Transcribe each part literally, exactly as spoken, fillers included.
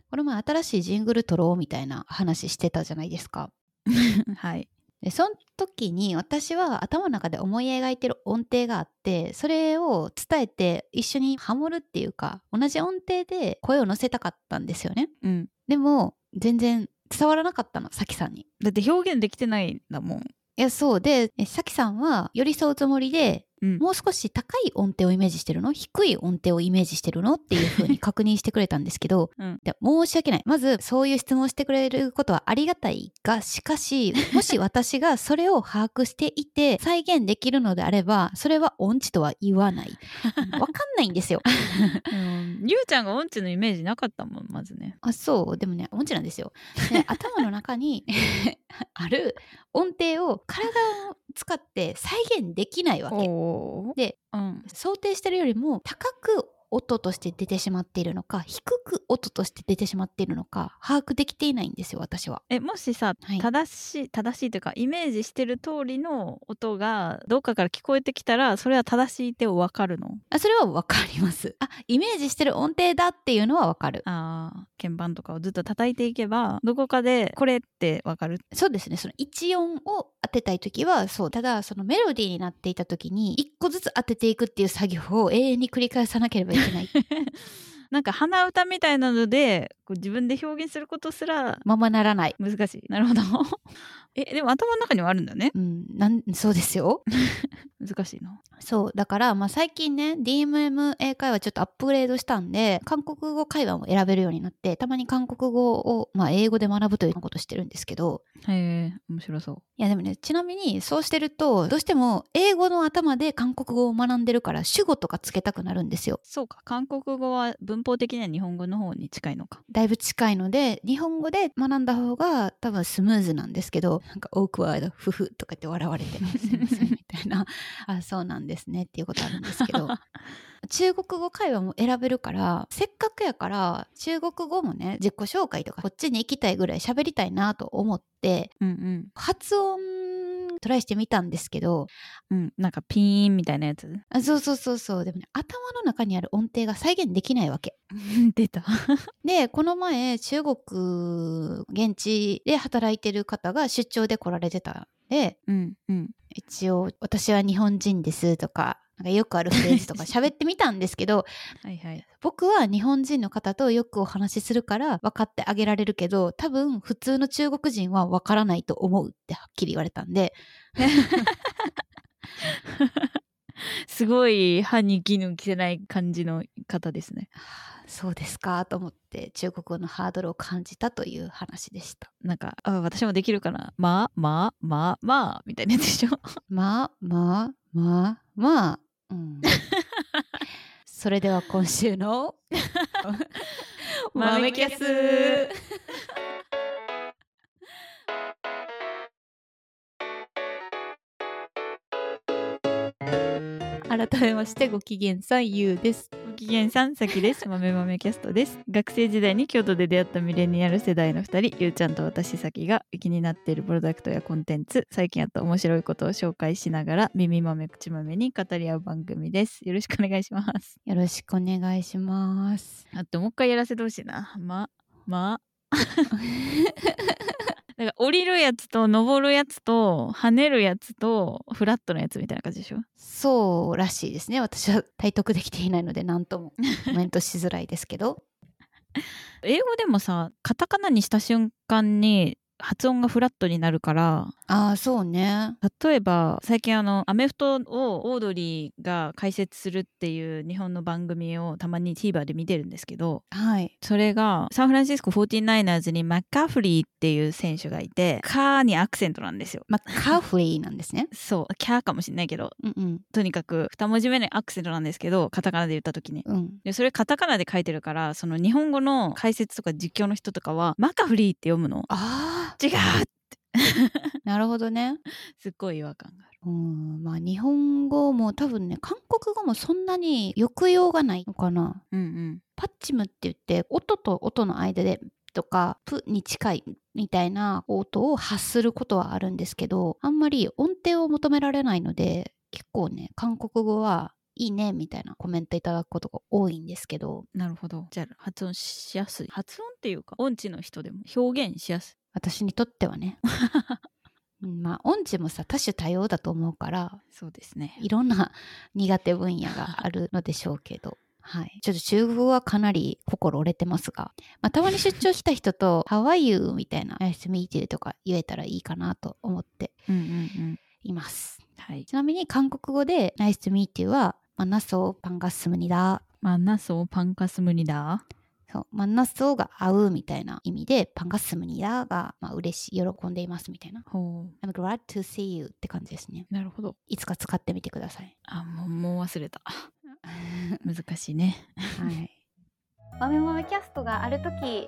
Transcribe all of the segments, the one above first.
この前新しいジングル撮ろうみたいな話してたじゃないですか。 はい。 でその時に私は頭の中で思い描いてる音程があって、それを伝えて一緒にハモるっていうか、同じ音程で声を乗せたかったんですよね。 うん。 でも全然伝わらなかったの、さきさんに。 だって表現できてないんだもん。 いや、そうで、えさきさんは寄り添うつもりで、 うん。 もう少し高い音程をイメージしてるの？低い音程をイメージしてるの？っていう風に確認してくれたんですけど、 うん。 で申し訳ない。まず、そういう質問をしてくれることはありがたいが、しかし、もし私がそれを把握していて、再現できるのであれば、それは音痴とは言わない。わかんないんですよ。 うん、ゆうちゃんが音痴のイメージなかったもん、まずね。 あ、そう。でもね、音痴なんですよ。で、頭の中にある音程を体を使って再現できないわけ。 おー。 で、 うん。 想定してるよりも高く音として出てしまっているのか、低く音として出てしまっているのか、把握できていないんですよ、私は。 え、もしさ、 はい正しい、正しいというか、イメージしてる通りの音がどっかから聞こえてきたら、それは正しいってわかるの？ あ、それはわかります。あ、イメージしてる音程だっていうのはわかる。 ああ、鍵盤とかをずっと叩いていけば、どこかでこれってわかる。 そうですね。その一音を当てたいときは、そう。ただ、そのメロディーになっていたときに、一個ずつ当てていくっていう作業を永遠に繰り返さなければいけない。 なんか鼻歌みたいなのでこう自分で表現することすらままならない。 難しい。なるほど。え、でも頭の中にはあるんだね。 うん、なんそうですよ。 難しいな。 そう。だから、まあ、最近ね、ディーエムエム 英会話ちょっとアップグレードしたんで、韓国語会話も選べるようになって、たまに韓国語を、まあ、英語で学ぶということをしてるんですけど、 へえ、面白そう。 いやでもね、ちなみにそうしてると、どうしても英語の頭で韓国語を学んでるから主語とかつけたくなるんですよ。 そうか、韓国語は文法的には日本語の方に近いのか。 だいぶ近いので、日本語で学んだ方が多分スムーズなんですけど、なんかオークワード、フフとかって笑われて、すいませんみたいな、あ、そうなんですねっていうことあるんですけど、中国語会話も選べるから、せっかくやから中国語もね、自己紹介とかこっちに行きたいぐらい喋りたいなと思って、 うんうん。 発音トライしてみたんですけど、 うん、なんかピーンみたいなやつ。 あ、そうそうそうそう。でもね、頭の中にある音程が再現できないわけ。 出た。 で、この前、中国、現地で働いてる方が出張で来られてたんで、 うんうん。 一応、私は日本人ですとか、なんかよくあるフレーズとか喋ってみたんですけど、 はいはい。 僕は日本人の方とよくお話しするから分かってあげられるけど、多分普通の中国人は分からないと思うってはっきり言われたんで、 すごい歯に衣着せない感じの方ですね。 はあ、そうですかと思って中国語のハードルを感じたという話でした。 なんか、あ、私もできるかな。まあ、まあ、まあ、まあ、みたいなやつでしょ。 まあまあまあまあ、うん。それでは今週の豆キャス改めましてご機嫌さんゆうです。 ご機嫌さん、さきです。豆豆キャストです。学生時代に京都で出会ったミレニアル世代のふたり、ゆうちゃんと私さきが気になっているプロダクトやコンテンツ、最近あった面白いことを紹介しながら耳豆口豆に語り合う番組です。よろしくお願いします。 よろしくお願いします。 あともう一回やらせてほしいな。ま、ま。だから降りるやつと登るやつと跳ねるやつとフラットのやつみたいな感じでしょ。 そうらしいですね。私は体得できていないので何ともコメントしづらいですけど。 英語でもさ、カタカナにした瞬間に発音がフラットになるから、 ああ、そうね。 例えば最近あのアメフトをオードリーが解説するっていう日本の番組をたまに TVer で見てるんですけど、 はい。 それがサンフランシスコフォーティーナイナーズにマッカフリーっていう選手がいて、カーにアクセントなんですよ。 まあ、カーフリーなんですね。 そう、キャーかもしれないけど、 うんうん。 とにかく二文字目のアクセントなんですけど、カタカナで言った時に。 うん。 でそれカタカナで書いてるから、その日本語の解説とか実況の人とかはマカフリーって読むの。 ああ。 違うなるほどね。 すっごい違和感がある。 うん、まあ日本語も多分ね、韓国語もそんなに抑揚がないのかな。 うんうん。 パッチムって言って音と音の間でとかプに近いみたいな音を発することはあるんですけど、あんまり音程を求められないので、結構ね韓国語はいいねみたいなコメントいただくことが多いんですけど、 なるほど。じゃあ発音しやすい。発音っていうか音痴の人でも表現しやすい。 私にとってはねまあ音痴もさ多種多様だと思うから、 そうですね。 いろんな苦手分野があるのでしょうけどはい、ちょっと中国語はかなり心折れてますが、まあ、たまに出張した人と「How are you?」みたいな「Nice to meet you」とか言えたらいいかなと思っています、 うんうんうん、はい、 ちなみに韓国語で「Nice to meet you」は「マンナソーパンガスムニダ」 マンナソーパンカスムニダそう、マンナソーが合うみたいな意味で、パンガスムニダが、まあ、嬉しい、喜んでいますみたいな。 ほう。 I'm glad to see you って感じですね。 なるほど。 いつか使ってみてください。 あ、もう、もう忘れた。難しいね。 はい。豆豆キャストがあるとき。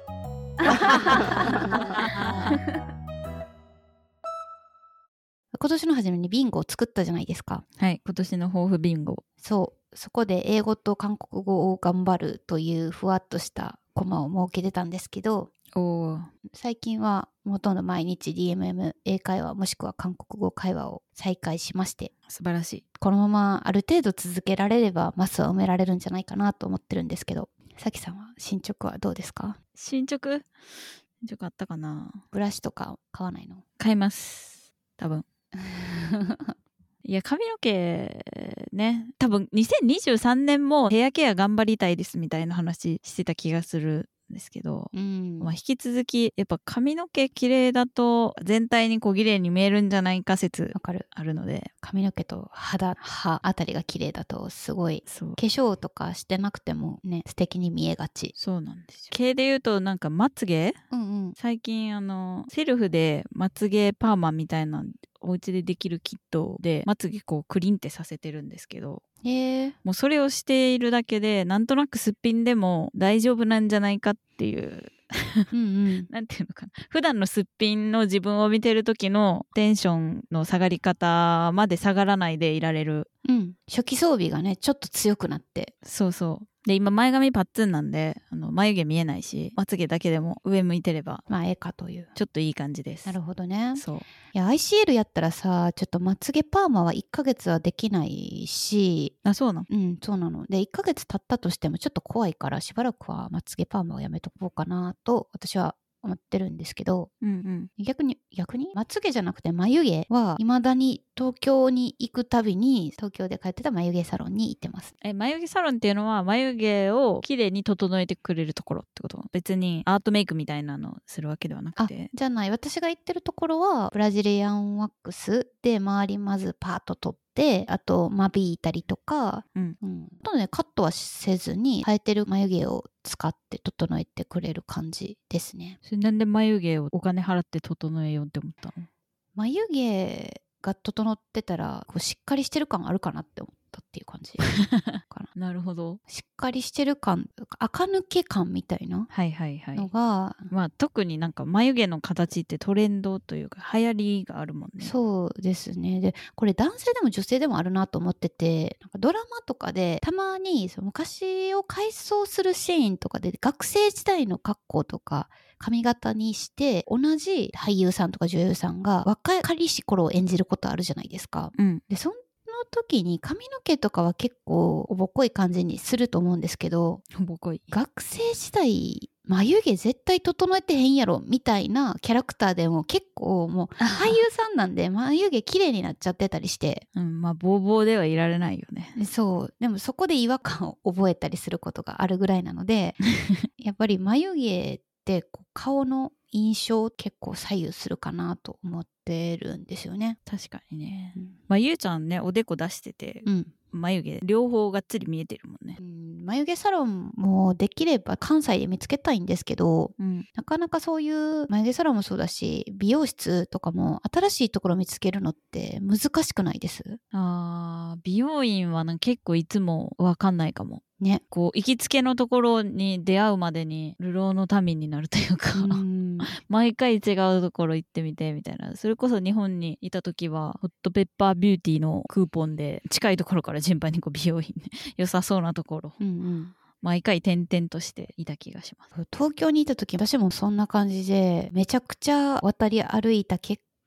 今年の初めにビンゴを作ったじゃないですか。 はい、今年の抱負ビンゴ。 そう、そこで英語と韓国語を頑張るというふわっとしたコマを設けてたんですけど、 お最近はほとんど毎日 ディーエムエム 英会話もしくは韓国語会話を再開しまして、 素晴らしい。 このままある程度続けられればマスは埋められるんじゃないかなと思ってるんですけど、さきさんは進捗はどうですか？ 進捗進捗あったかな。 ブラシとか買わないの？ 買います多分いや髪の毛ね、多分にせんにじゅうさんねんもヘアケア頑張りたいですみたいな話してた気がするんですけど、 うんまあ、引き続きやっぱ髪の毛綺麗だと全体にこう綺麗に見えるんじゃないか説わかる。 あるので、 髪の毛と肌、歯あたりが綺麗だとすごいそう化粧とかしてなくてもね素敵に見えがち。 そうなんですよ。毛で言うとなんかまつげ、 うんうん、 最近あのセルフでまつげパーマみたいなお家でできるキットでまつげこうクリンってさせてるんですけど、 へー、 もうそれをしているだけでなんとなくすっぴんでも大丈夫なんじゃないかっていううんうん、 なんていうのかな、普段のすっぴんの自分を見てる時のテンションの下がり方まで下がらないでいられる、 うん、初期装備がねちょっと強くなって、 そうそうで今前髪パッツンなんであの眉毛見えないしまつげだけでも上向いてればまあええかという。 ちょっといい感じです。 なるほどね。 そういや アイシーエル やったらさちょっとまつげパーマはいっかげつはできないし、 あそうなの。 うんそうなのでいっかげつ経ったとしてもちょっと怖いからしばらくはまつげパーマをやめとこうかなと私は思ってるんですけど、 うんうん、 逆に逆にまつげじゃなくて眉毛は未だに東京に行くたびに東京で通ってた眉毛サロンに行ってます。 え眉毛サロンっていうのは眉毛をきれいに整えてくれるところってこと？別にアートメイクみたいなのするわけではなくて。 あじゃない、私が行ってるところはブラジリアンワックスで周りまずパーッと取ってあと間引いたりとか、 うんうん、あとねカットはせずに生えてる眉毛を使って整えてくれる感じですね。 それなんで眉毛をお金払って整えようって思ったの？ 眉毛が整ってたらこうしっかりしてる感あるかなって思ったっていう感じかな。 なるほど。 しっかりしてる感、垢抜け感みたいなはいはいはい。 のが、 まあ特になんか眉毛の形ってトレンドというか流行りがあるもんね。 そうですね。でこれ男性でも女性でもあるなと思ってて、なんかドラマとかでたまにそう昔を回想するシーンとかで学生時代の格好とか髪型にして同じ俳優さんとか女優さんが若かりし頃を演じることあるじゃないですか。 うん、 でその時に髪の毛とかは結構おぼっこい感じにすると思うんですけど、 おぼこい。 学生時代眉毛絶対整えてへんやろみたいなキャラクターでも結構もう俳優さんなんで眉毛綺麗になっちゃってたりして、 うん、まあボーボーではいられないよね。 そうでもそこで違和感を覚えたりすることがあるぐらいなのでやっぱり眉毛ってこう顔の印象を結構左右するかなと思ってるんですよね。 確かにね、 うん、 まあゆうちゃんねおでこ出してて、 うん、 眉毛両方がっつり見えてるもんね。 うん、眉毛サロンもできれば関西で見つけたいんですけど、 うん、 なかなかそういう眉毛サロンもそうだし美容室とかも新しいところ見つけるのって難しくないです？ あー美容院はなんか結構いつも分かんないかもね。 こう行きつけのところに出会うまでに流浪の民になるというか、 うん毎回違うところ行ってみてみたいな。それこそ日本にいた時はホットペッパービューティーのクーポンで近いところから順番にこう美容院ね良さそうなところ、 うんうん、 毎回転々としていた気がします。 東京にいた時私もそんな感じでめちゃくちゃ渡り歩いた結果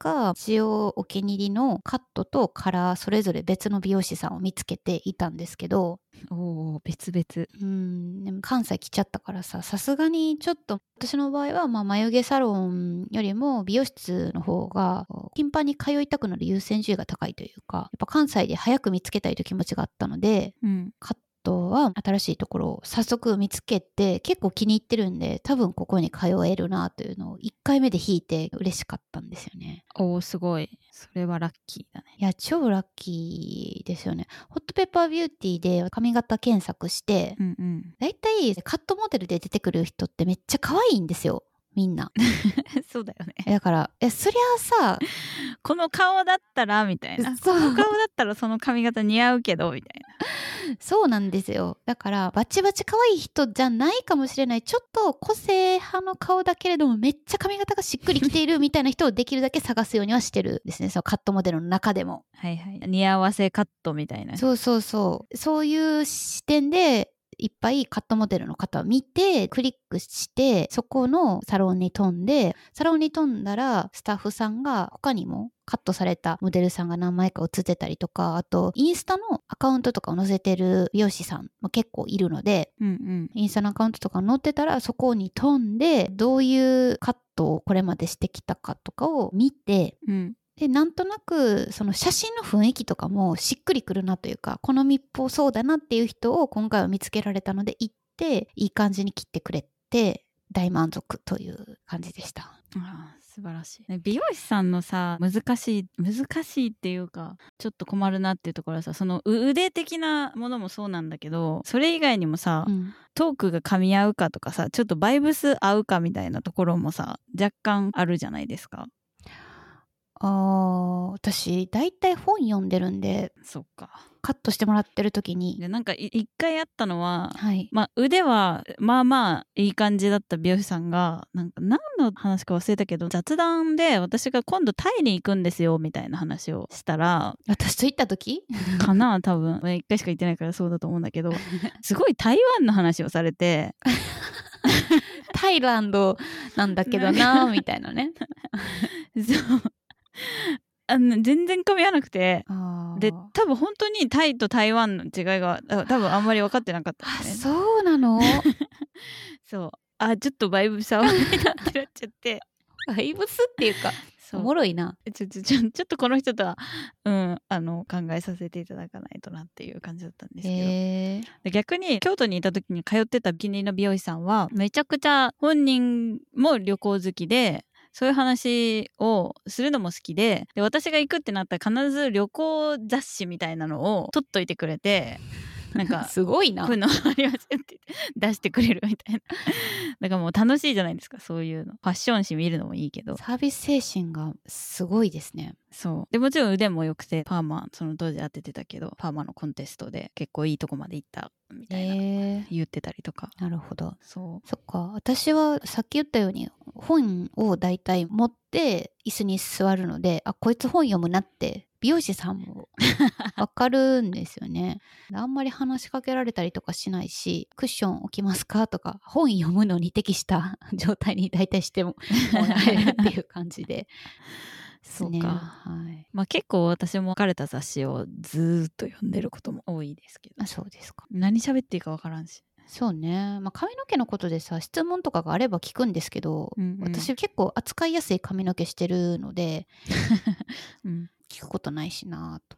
か一応お気に入りのカットとカラーそれぞれ別の美容師さんを見つけていたんですけど、 おー、別々。 うんでも関西来ちゃったからさ、さすがにちょっと私の場合はまあ眉毛サロンよりも美容室の方が頻繁に通いたくなる優先順位が高いというか、やっぱ関西で早く見つけたいという気持ちがあったので、 うん、 カットは新しいところを早速見つけて結構気に入ってるんで、多分ここに通えるなというのをいっかいめで引いて嬉しかったんですよね。 おー、すごい。それはラッキーだね。 いや超ラッキーですよね。ホットペッパービューティーで髪型検索して、 うんうん、 だいたいカットモデルで出てくる人ってめっちゃ可愛いんですよ、みんな。 そうだよね。 だからえそりゃさこの顔だったらみたいな、 そうこの顔だったらその髪型似合うけどみたいな。 そうなんですよ。だからバチバチ可愛い人じゃないかもしれない、ちょっと個性派の顔だけれどもめっちゃ髪型がしっくりきているみたいな人をできるだけ探すようにはしてるんですね、そのカットモデルの中でも。 はいはい、似合わせカットみたいな。 そうそうそうそういう視点でいっぱいカットモデルの方を見てクリックしてそこのサロンに飛んで、サロンに飛んだらスタッフさんが他にもカットされたモデルさんが何枚か写ってたりとか、あとインスタのアカウントとかを載せてる美容師さんも結構いるので、 うんうん、 インスタのアカウントとか載ってたらそこに飛んでどういうカットをこれまでしてきたかとかを見て、 うん、 でなんとなくその写真の雰囲気とかもしっくりくるなというか好みっぽそうだなっていう人を今回は見つけられたので行っていい感じに切ってくれて大満足という感じでした。 あー素晴らしい。美容師さんのさ難しい難しいっていうかちょっと困るなっていうところはさ、その腕的なものもそうなんだけど、それ以外にもさ、うん、トークが噛み合うかとかさ、ちょっとバイブス合うかみたいなところもさ若干あるじゃないですか。 あー私大体本読んでるんで、 そっか、 カットしてもらってる時にでなんか一回あったのは、 はい、 まあ、腕はまあまあいい感じだった美容師さんがなんか何の話か忘れたけど雑談で私が今度タイに行くんですよみたいな話をしたら、 私と行った時かな多分いっかいしか行ってないからそうだと思うんだけどすごい台湾の話をされてタイランドなんだけどなみたいなねそうあの全然噛み合わなくて、で多分本当にタイと台湾の違いが多分あんまり分かってなかったんですね。 あ、そうなのそう、あちょっとバイブス合わないなってなっちゃってバイブスっていうかおもろいな。 ちょちょちょちょっとこの人とは、うん、あの考えさせていただかないとなっていう感じだったんですけど、 えー、 で逆に京都にいた時に通ってたお気に入りの美容師さんはめちゃくちゃ本人も旅行好きでそういう話をするのも好きで、で私が行くってなったら必ず旅行雑誌みたいなのを取っといてくれて、なんかすごいな、 こういうのありませんって出してくれるみたいなだからもう楽しいじゃないですか、そういうの。ファッション誌見るのもいいけどサービス精神がすごいですね。 そうでもちろん腕も良くてパーマその当時当ててたけどパーマのコンテストで結構いいとこまで行ったみたいな、えー、言ってたりとか。 なるほど。 そうそっか、私はさっき言ったように本をだいたい持って椅子に座るので、あこいつ本読むなって美容師さんもわかるんですよね。あんまり話しかけられたりとかしないし、クッション置きますかとか本読むのに適した状態に大体してもらえるっていう感じでそうか、 はい、 まあ結構私も書かれた雑誌をずっと読んでることも多いですけど。 あそうですか。 何喋っていいか分からんし。 そうね、まあ、髪の毛のことでさ質問とかがあれば聞くんですけど、うんうん、私結構扱いやすい髪の毛してるので、うん、聞くことないしなと。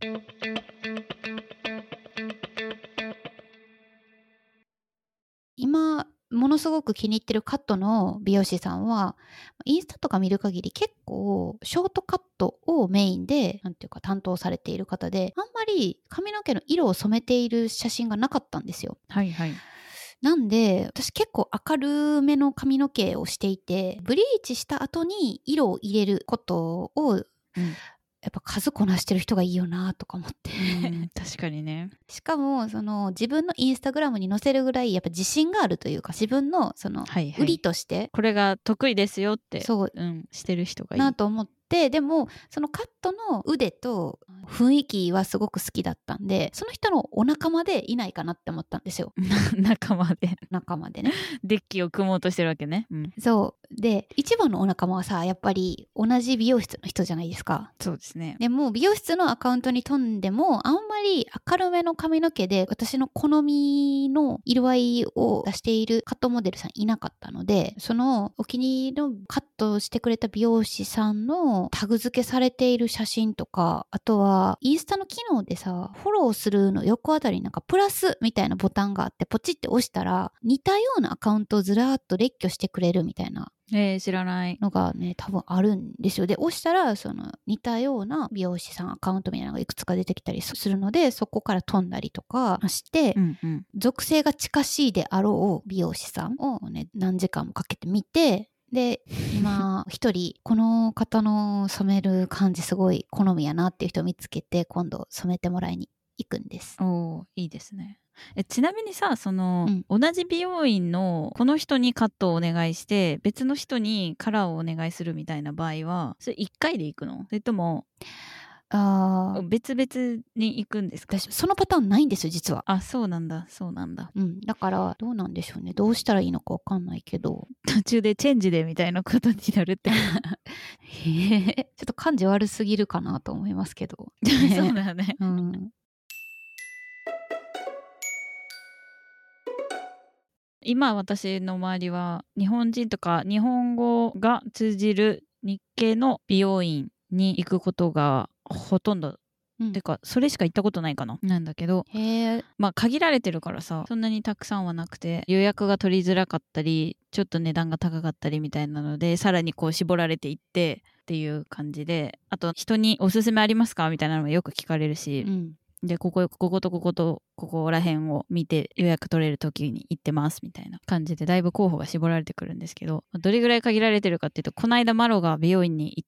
今ものすごく気に入ってるカットの美容師さんはインスタとか見る限り結構ショートカットをメインでなんていうか担当されている方で、あんまり髪の毛の色を染めている写真がなかったんですよ。 はいはい。 なんで私結構明るめの髪の毛をしていて、ブリーチした後に色を入れることを、うん、やっぱ数こなしてる人がいいよなとか思ってうん確かにね。 しかもその自分のインスタグラムに載せるぐらいやっぱ自信があるというか、自分のその売りとして、はいはい、 これが得意ですよってそう、 うん、してる人がいいなと思っってでもそのカットの腕と雰囲気はすごく好きだったんでその人のお仲間でいないかなって思ったんですよ。 仲間で仲間でねデッキを組もうとしてるわけね、うん、 そうで一番のお仲間はさやっぱり同じ美容室の人じゃないですか。 そうですね。 でも美容室のアカウントに飛んでもあんまり明るめの髪の毛で私の好みの色合いを出しているカットモデルさんいなかったのでそのお気に入りのカットしてくれた美容師さんのタグ付けされている写真とかあとはインスタの機能でさフォローするの横あたりになんかプラスみたいなボタンがあってポチって押したら似たようなアカウントをずらーっと列挙してくれるみたいなえー、知らないのがね多分あるんですよ。で押したらその似たような美容師さんアカウントみたいなのがいくつか出てきたりするのでそこから飛んだりとかして、 うんうん、 属性が近しいであろう美容師さんをね何時間もかけて見てで今一人この方の染める感じすごい好みやなっていう人を見つけて今度染めてもらいに行くんです。 おーいいですね。えちなみにさその、 うん、 同じ美容院のこの人にカットをお願いして別の人にカラーをお願いするみたいな場合はそれいっかいで行くのそれともあ別々に行くんですか？ 私そのパターンないんですよ実は。 あそうなんだそうなんだ、 うん、だからどうなんでしょうねどうしたらいいのかわかんないけど途中でチェンジでみたいなことになるってへえちょっと感じ悪すぎるかなと思いますけど、 そうだよね、 うん、 今私の周りは日本人とか日本語が通じる日系の美容院に行くことがほとんど、うん、てかそれしか行ったことないかななんだけどへえまあ限られてるからさそんなにたくさんはなくて予約が取りづらかったりちょっと値段が高かったりみたいなのでさらにこう絞られていってっていう感じであと人におすすめありますかみたいなのもよく聞かれるし、うんでこここことこことここら辺を見て予約取れる時に行ってますみたいな感じでだいぶ候補が絞られてくるんですけどどれぐらい限られてるかっていうとこの間マロが美容院に行って、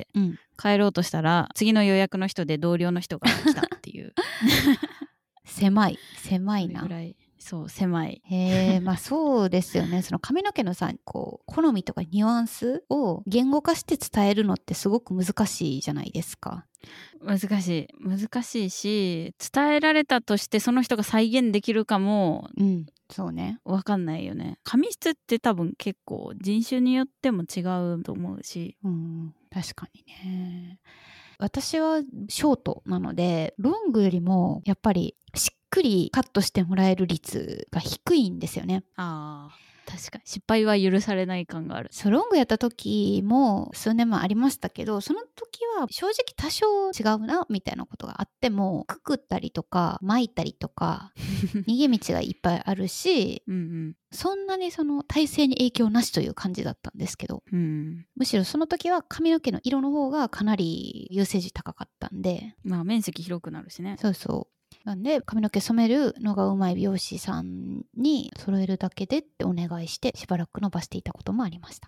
うん、帰ろうとしたら次の予約の人で同僚の人が来たっていう狭い狭いなそれぐらいそう狭いへえまあそうですよねその髪の毛のさこう好みとかニュアンスを言語化して伝えるのってすごく難しいじゃないですか。 難しい難しいし伝えられたとしてその人が再現できるかも、 うん、そうね分かんないよね。髪質って多分結構人種によっても違うと思うし、 うん、確かにね。私はショートなのでロングよりもやっぱりしっくりカットしてもらえる率が低いんですよね。 あー確かに失敗は許されない感がある。 そうロングやった時も数年前ありましたけどその時は正直多少違うなみたいなことがあってもくくったりとか巻いたりとか逃げ道がいっぱいあるしうん、うん、そんなにその体勢に影響なしという感じだったんですけど、うん、むしろその時は髪の毛の色の方がかなり優先順位高かったんでまあ面積広くなるしね。 そうそうなんで髪の毛染めるのがうまい美容師さんに揃えるだけでってお願いしてしばらく伸ばしていたこともありました。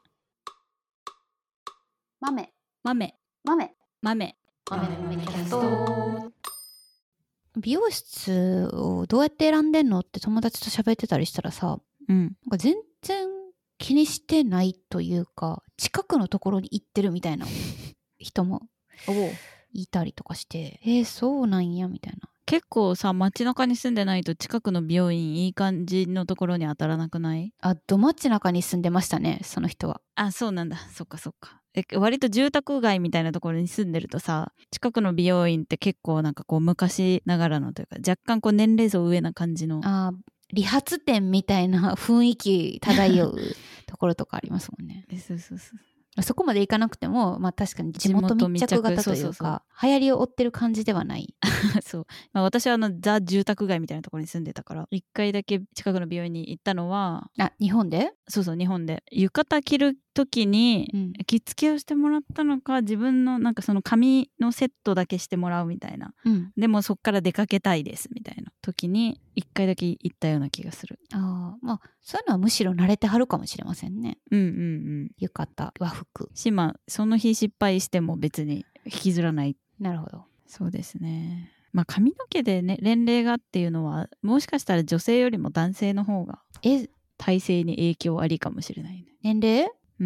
豆豆豆豆豆の豆キャスト。美容室をどうやって選んでんのって友達と喋ってたりしたらさ、うん、なんか全然気にしてないというか近くのところに行ってるみたいな人もいたりとかしてえー、そうなんやみたいな。 結構さ街中に住んでないと近くの美容院いい感じのところに当たらなくない？ あど街中に住んでましたねその人は。 あそうなんだそっかそっか。え割と住宅街みたいなところに住んでるとさ近くの美容院って結構なんかこう昔ながらのというか若干こう年齢層上な感じのあ理髪店みたいな雰囲気漂うところとかありますもんね。 そうそうそうそこまで行かなくても、まあ、確かに地元密着型というか流行りを追ってる感じではないそう、まあ、私はあのザ住宅街みたいなところに住んでたから一回だけ近くの美容院に行ったのはあ日本でそうそう日本で浴衣着る時に、うん、着付けをしてもらったのか自分のなんかその髪のセットだけしてもらうみたいな、うん、でもそっから出かけたいですみたいな時に一回だけ行ったような気がする。 あまあそういうのはむしろ慣れてはるかもしれませんね。 うんうんうん浴衣和服しまあその日失敗しても別に引きずらない。 なるほどそうですね。まあ髪の毛でね年齢がっていうのはもしかしたら女性よりも男性の方がえ体勢に影響ありかもしれないね。 年齢うん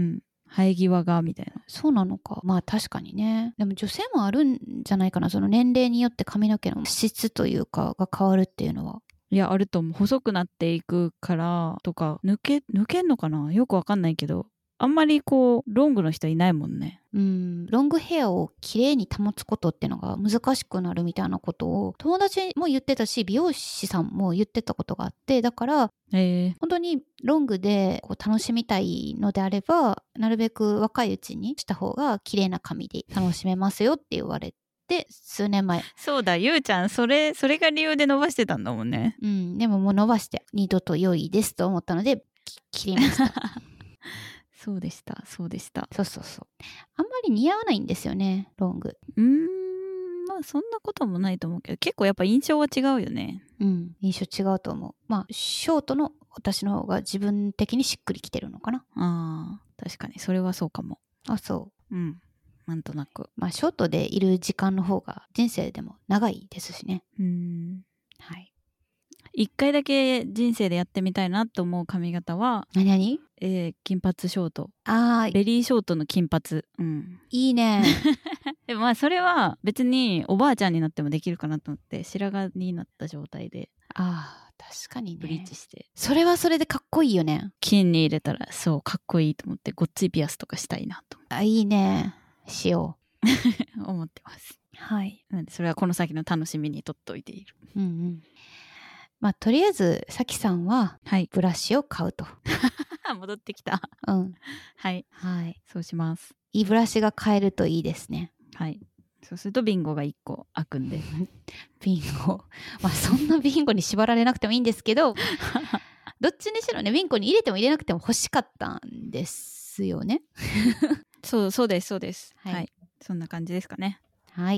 生え際がみたいな。 そうなのか。まあ確かにね。でも女性もあるんじゃないかな。その年齢によって髪の毛の質というかが変わるっていうのは。 いやあると思う。細くなっていくからとか、抜け抜けんのかな、よくわかんないけど、あんまりこうロングの人いないもんね。 うん、ロングヘアをきれいに保つことっていうのが難しくなるみたいなことを友達も言ってたし、美容師さんも言ってたことがあって、だからえー、 本当にロングでこう楽しみたいのであれば、なるべく若いうちにした方が綺麗な髪で楽しめますよって言われて、数年前。 そうだ、ゆうちゃんそれそれが理由で伸ばしてたんだもんね。 うん、でももう伸ばして二度と良いですと思ったので切りましたそうでしたそうでした。 そうそうそう。あんまり似合わないんですよね、ロング。 うーん、まあそんなこともないと思うけど、結構やっぱ印象は違うよね。 うん、印象違うと思う。まあショートの私の方が自分的にしっくりきてるのかな。 あー、確かにそれはそうかも。 あ、そう。 うん、なんとなく。 まあショートでいる時間の方が人生でも長いですしね。 うーん、 はい。 一回だけ人生でやってみたいなと思う髪型は、 何々？ えー、金髪ショート。 あー、 ベリーショートの金髪。うん。 いいね。 でもまあそれは別におばあちゃんになってもできるかなと思って、白髪になった状態であー、確かにね。 ブリーチして。 それはそれでかっこいいよね。 金に入れたらそうかっこいいと思って、ごっついピアスとかしたいなとあ、いいね。しよ思ってます。 う。はい。 なのでそれはこの先の楽しみにとっといている。 うんうん。まあとりあえずさきさんははい。 ブラシを買うと。 戻ってきた。 うん。 はい。 はい。 そうします。 いいブラシが買えるといいですね。 はい。そうするとビンゴがいっこ開くんで。 ビンゴ。まあそんなビンゴに縛られなくてもいいんですけど、どっちにしろね、ビンゴに入れても入れなくても欲しかったんですよね。 そうそうですそうです。 はいはい。そんな感じですかね。 はい。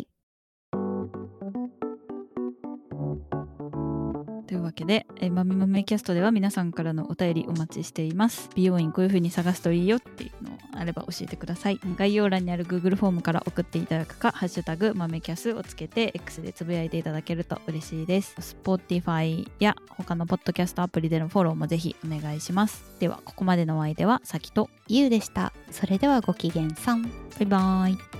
というわけで、えー、まめまめキャストでは皆さんからのお便りお待ちしています。美容院こういう風に探すといいよっていうのあれば教えてください。概要欄にある Google フォームから送っていただくか、ハッシュタグまめキャスをつけて X でつぶやいていただけると嬉しいです。Spotify や他のポッドキャストアプリでのフォローもぜひお願いします。ではここまでのお相手はさきとゆうでした。それではごきげんさん。 バイバーイ。